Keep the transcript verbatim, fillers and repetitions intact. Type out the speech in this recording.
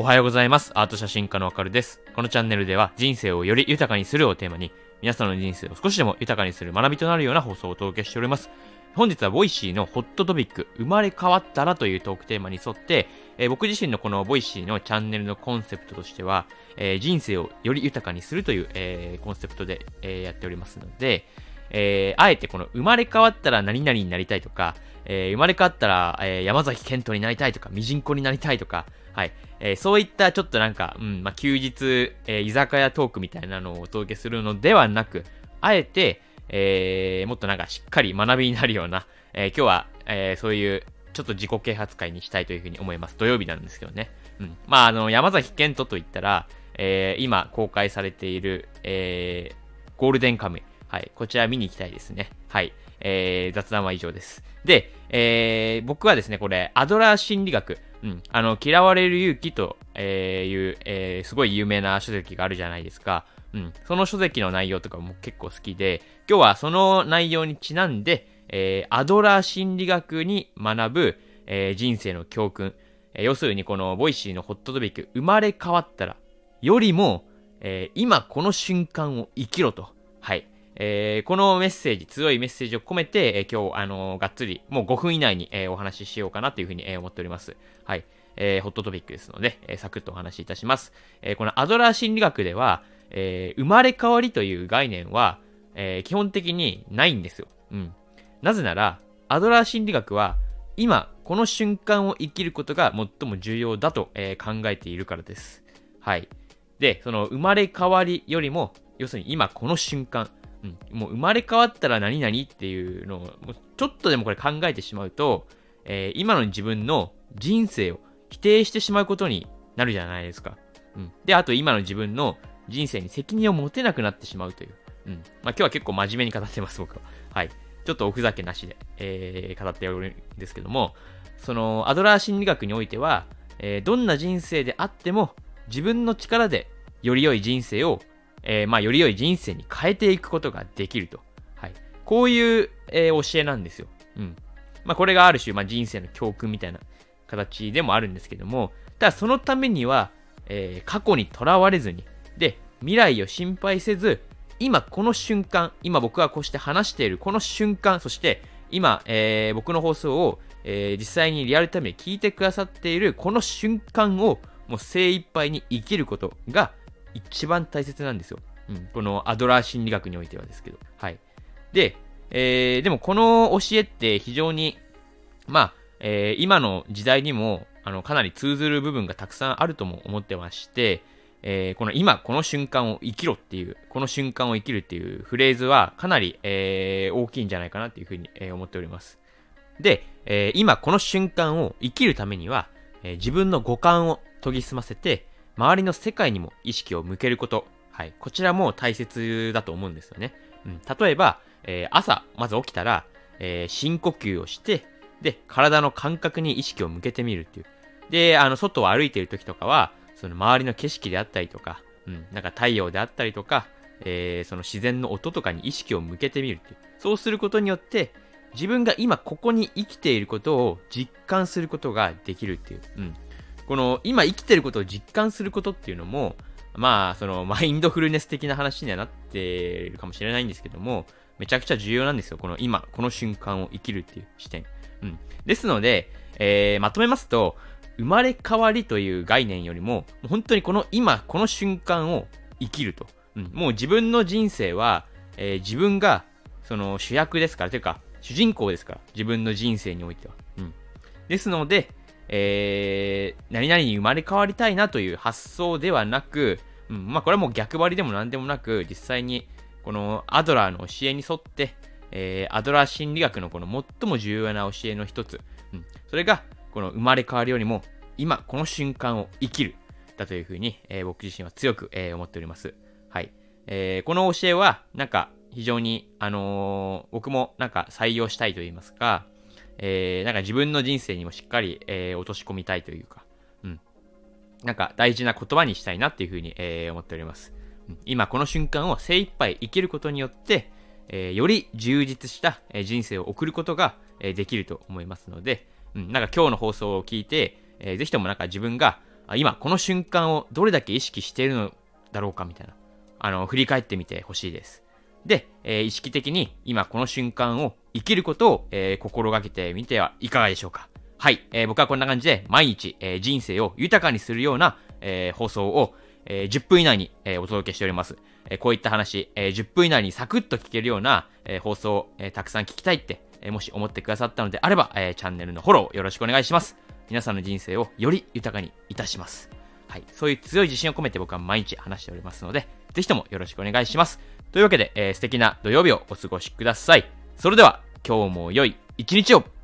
はようございます。アート写真家のわかるです。このチャンネルでは人生をより豊かにするをテーマに、皆さんの人生を少しでも豊かにする学びとなるような放送をお届けしております。本日はボイシーのホットトピック、生まれ変わったらというトークテーマに沿って、えー、僕自身のこのボイシーのチャンネルのコンセプトとしては、えー、人生をより豊かにするという、えー、コンセプトで、えー、やっておりますので、えー、あえてこの生まれ変わったら何々になりたいとか、えー、生まれ変わったら、えー、山崎賢人になりたいとか、ミジンコになりたいとか、はい、えー、そういったちょっとなんか、うん、まあ、休日、えー、居酒屋トークみたいなのをお届けするのではなく、あえて、えー、もっとなんかしっかり学びになるような、えー、今日は、えー、そういうちょっと自己啓発会にしたいというふうに思います。土曜日なんですけどね。うん。まあ、あの、山崎賢人といったら、えー、今公開されている、えー、ゴールデンカムイ。はい。こちら見に行きたいですね。はい。えー、雑談は以上です。で、えー、僕はですね、これ、アドラー心理学。うん。あの、嫌われる勇気という、えー、すごい有名な書籍があるじゃないですか。うん。その書籍の内容とかも結構好きで、今日はその内容にちなんで、えー、アドラー心理学に学ぶ、えー、人生の教訓。えー、要するにこのボイシーのホットトピック、生まれ変わったら、よりも、えー、今この瞬間を生きろと。はい。えー、このメッセージ、強いメッセージを込めて、えー、今日、あのー、がっつり、もうごふん以内に、えー、お話ししようかなというふうに、えー、思っております。はい。えー、ホットトピックですので、えー、サクッとお話しいたします。えー、このアドラー心理学では、えー、生まれ変わりという概念は、えー、基本的にないんですよ。うん。なぜなら、アドラー心理学は、今、この瞬間を生きることが最も重要だと、えー、考えているからです。はい。で、その生まれ変わりよりも、要するに今この瞬間、うん、もう生まれ変わったら何々っていうのを、もうちょっとでもこれ考えてしまうと、えー、今の自分の人生を否定してしまうことになるじゃないですか。うん。で、あと今の自分の人生に責任を持てなくなってしまうという。うん。まあ今日は結構真面目に語ってます、僕は。はい。ちょっとおふざけなしで、えー、語っておるんですけども、そのアドラー心理学においては、えー、どんな人生であっても自分の力でより良い人生を、えー、まあより良い人生に変えていくことができると。はい。こういう、えー、教えなんですよ。うん。まあこれがある種、まあ人生の教訓みたいな形でもあるんですけども、ただそのためには、えー、過去にとらわれずに、で、未来を心配せず、今この瞬間、今僕がこうして話しているこの瞬間、そして今、えー、僕の放送を、えー、実際にリアルタイムで聞いてくださっているこの瞬間をもう精一杯に生きることが一番大切なんですよ。うん、このアドラー心理学においてはですけど。はい。で、えー、でもこの教えって非常に、まあ、えー、今の時代にもあのかなり通ずる部分がたくさんあるとも思ってまして、えー、この今この瞬間を生きろっていうこの瞬間を生きるっていうフレーズはかなり、えー、大きいんじゃないかなっていうふうに、えー、思っております。で、えー、今この瞬間を生きるためには、えー、自分の五感を研ぎ澄ませて周りの世界にも意識を向けること、はい、こちらも大切だと思うんですよね。うん、例えば、えー、朝まず起きたら、えー、深呼吸をしてで体の感覚に意識を向けてみるっていう。で、あの外を歩いている時とかはその周りの景色であったりとか、うん、なんか太陽であったりとか、えー、その自然の音とかに意識を向けてみるっていう。そうすることによって、自分が今ここに生きていることを実感することができるっていう。うん。この今生きていることを実感することっていうのも、まあ、そのマインドフルネス的な話にはなっているかもしれないんですけども、めちゃくちゃ重要なんですよ。この今、この瞬間を生きるっていう視点。うん。ですので、えー、まとめますと、生まれ変わりという概念よりも、もう本当にこの今、この瞬間を生きると。うん、もう自分の人生は、えー、自分がその主役ですから、というか、主人公ですから、自分の人生においては。うん、ですので、えー、何々に生まれ変わりたいなという発想ではなく、うん、まあこれはもう逆張りでも何でもなく、実際にこのアドラーの教えに沿って、えー、アドラー心理学のこの最も重要な教えの一つ、うん、それが、この生まれ変わりよりも今この瞬間を生きるだというふうに、えー、僕自身は強く、えー、思っております。はい。えー、この教えはなんか非常にあのー、僕もなんか採用したいと言いますか、えー、なんか自分の人生にもしっかり、えー、落とし込みたいというか、うん。なんか大事な言葉にしたいなっていうふうに、えー、思っております。うん、今この瞬間を精一杯生きることによって、えー、より充実した、えー、人生を送ることが、えー、できると思いますので、うん、なんか今日の放送を聞いて、えー、ぜひともなんか自分が今この瞬間をどれだけ意識しているのだろうかみたいな、あの、振り返ってみてほしいです。で、えー、意識的に今この瞬間を生きることを、えー、心がけてみてはいかがでしょうか。はい、えー、僕はこんな感じで毎日、えー、人生を豊かにするような、えー、放送を、えー、じゅっぷん以内に、えー、お届けしております。えー、こういった話、えー、じゅっぷん以内にサクッと聞けるような、えー、放送を、えー、たくさん聞きたいって、えー、もし思ってくださったのであれば、えー、チャンネルのフォローよろしくお願いします。皆さんの人生をより豊かにいたします。はい、そういう強い自信を込めて僕は毎日話しておりますので、ぜひともよろしくお願いします。というわけで、えー、素敵な土曜日をお過ごしください。それでは、今日も良い一日を。